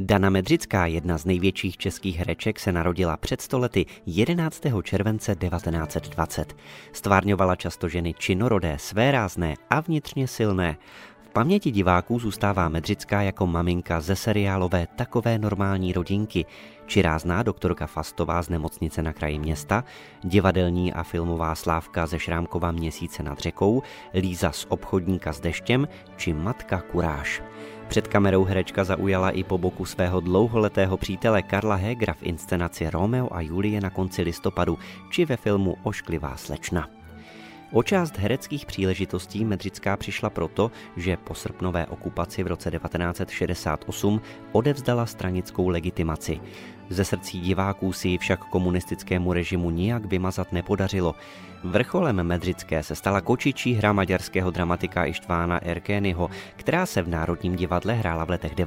Dana Medřická, jedna z největších českých hereček, se narodila před 100 lety 11. července 1920. Stvárňovala často ženy činorodé, svérázné a vnitřně silné. V paměti diváků zůstává Medřická jako maminka ze seriálové Takové normální rodinky, či rázná doktorka Fastová z nemocnice na kraji města, divadelní a filmová Slávka ze Šrámkova Měsíce nad řekou, Líza z Obchodníka s deštěm či matka Kuráž. Před kamerou herečka zaujala i po boku svého dlouholetého přítele Karla Hegera v inscenaci Romeo a Julie na konci listopadu či ve filmu Ošklivá slečna. O část hereckých příležitostí Medřická přišla proto, že po srpnové okupaci v roce 1968 odevzdala stranickou legitimaci. Ze srdcí diváků si ji však komunistickému režimu nijak vymazat nepodařilo. Vrcholem Medřické se stala kočičí hra maďarského dramatika Istvána Erkényho, která se v Národním divadle hrála v letech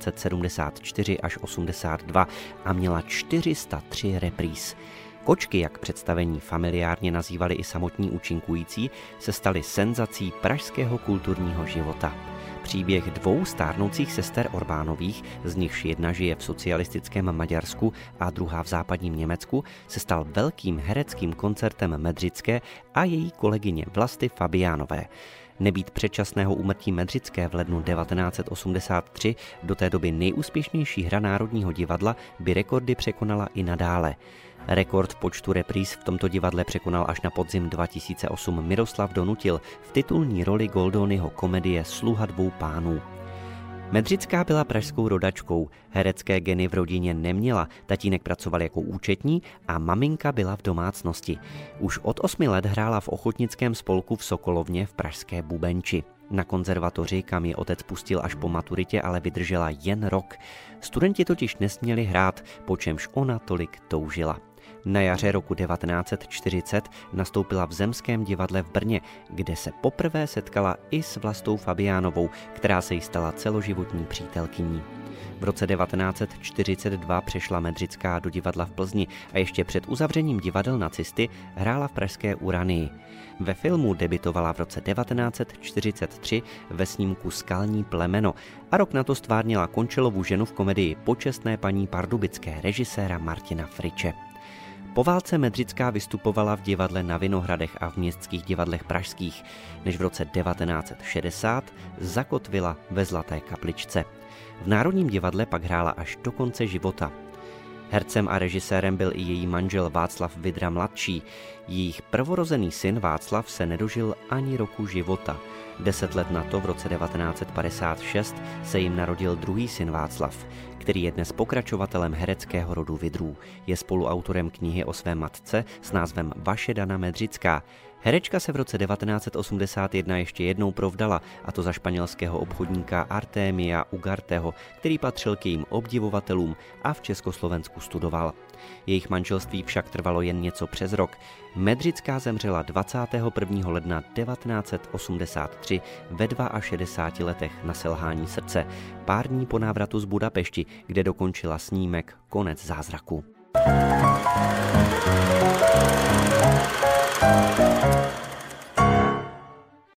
1974 až 82 a měla 403 repríz. Kočky, jak představení familiárně nazývali i samotní účinkující, se staly senzací pražského kulturního života. Příběh dvou stárnoucích sester Orbánových, z nichž jedna žije v socialistickém Maďarsku a druhá v západním Německu, se stal velkým hereckým koncertem Medřické a její kolegyně Vlasty Fabiánové. Nebýt předčasného úmrtí Medřické v lednu 1983, do té doby nejúspěšnější hra Národního divadla, by rekordy překonala i nadále. Rekord počtu repríz v tomto divadle překonal až na podzim 2008 Miroslav Donutil v titulní roli Goldonyho komedie Sluha dvou pánů. Medřická byla pražskou rodačkou, herecké geny v rodině neměla, tatínek pracoval jako účetní a maminka byla v domácnosti. Už od 8 let hrála v ochotnickém spolku v Sokolovně v pražské Bubenči. Na konzervatoři, kam ji otec pustil až po maturitě, ale vydržela jen rok. Studenti totiž nesměli hrát, po čemž ona tolik toužila. Na jaře roku 1940 nastoupila v Zemském divadle v Brně, kde se poprvé setkala i s Vlastou Fabiánovou, která se jí stala celoživotní přítelkyní. V roce 1942 přešla Medřická do divadla v Plzni a ještě před uzavřením divadel nacisty hrála v pražské Uranii. Ve filmu debitovala v roce 1943 ve snímku Skalní plemeno a rok na to stvárnila Končelovu ženu v komedii Počestné paní Pardubické režiséra Martina Friče. Po válce Medřická vystupovala v divadle na Vinohradech a v městských divadlech pražských, než v roce 1960 zakotvila ve Zlaté kapličce. V Národním divadle pak hrála až do konce života. Hercem a režisérem byl i její manžel Václav Vydra mladší. Jejich prvorozený syn Václav se nedožil ani roku života. 10 let na to, v roce 1956, se jim narodil druhý syn Václav, který je dnes pokračovatelem hereckého rodu Vydrů. Je spoluautorem knihy o své matce s názvem Vaše Dana Medřická. Herečka se v roce 1981 ještě jednou provdala, a to za španělského obchodníka Artémia Ugarteho, který patřil k jejím obdivovatelům a v Československu studoval. Jejich manželství však trvalo jen něco přes rok. Medřická zemřela 21. ledna 1983 ve 62 letech na selhání srdce, pár dní po návratu z Budapešti, kde dokončila snímek Konec zázraku.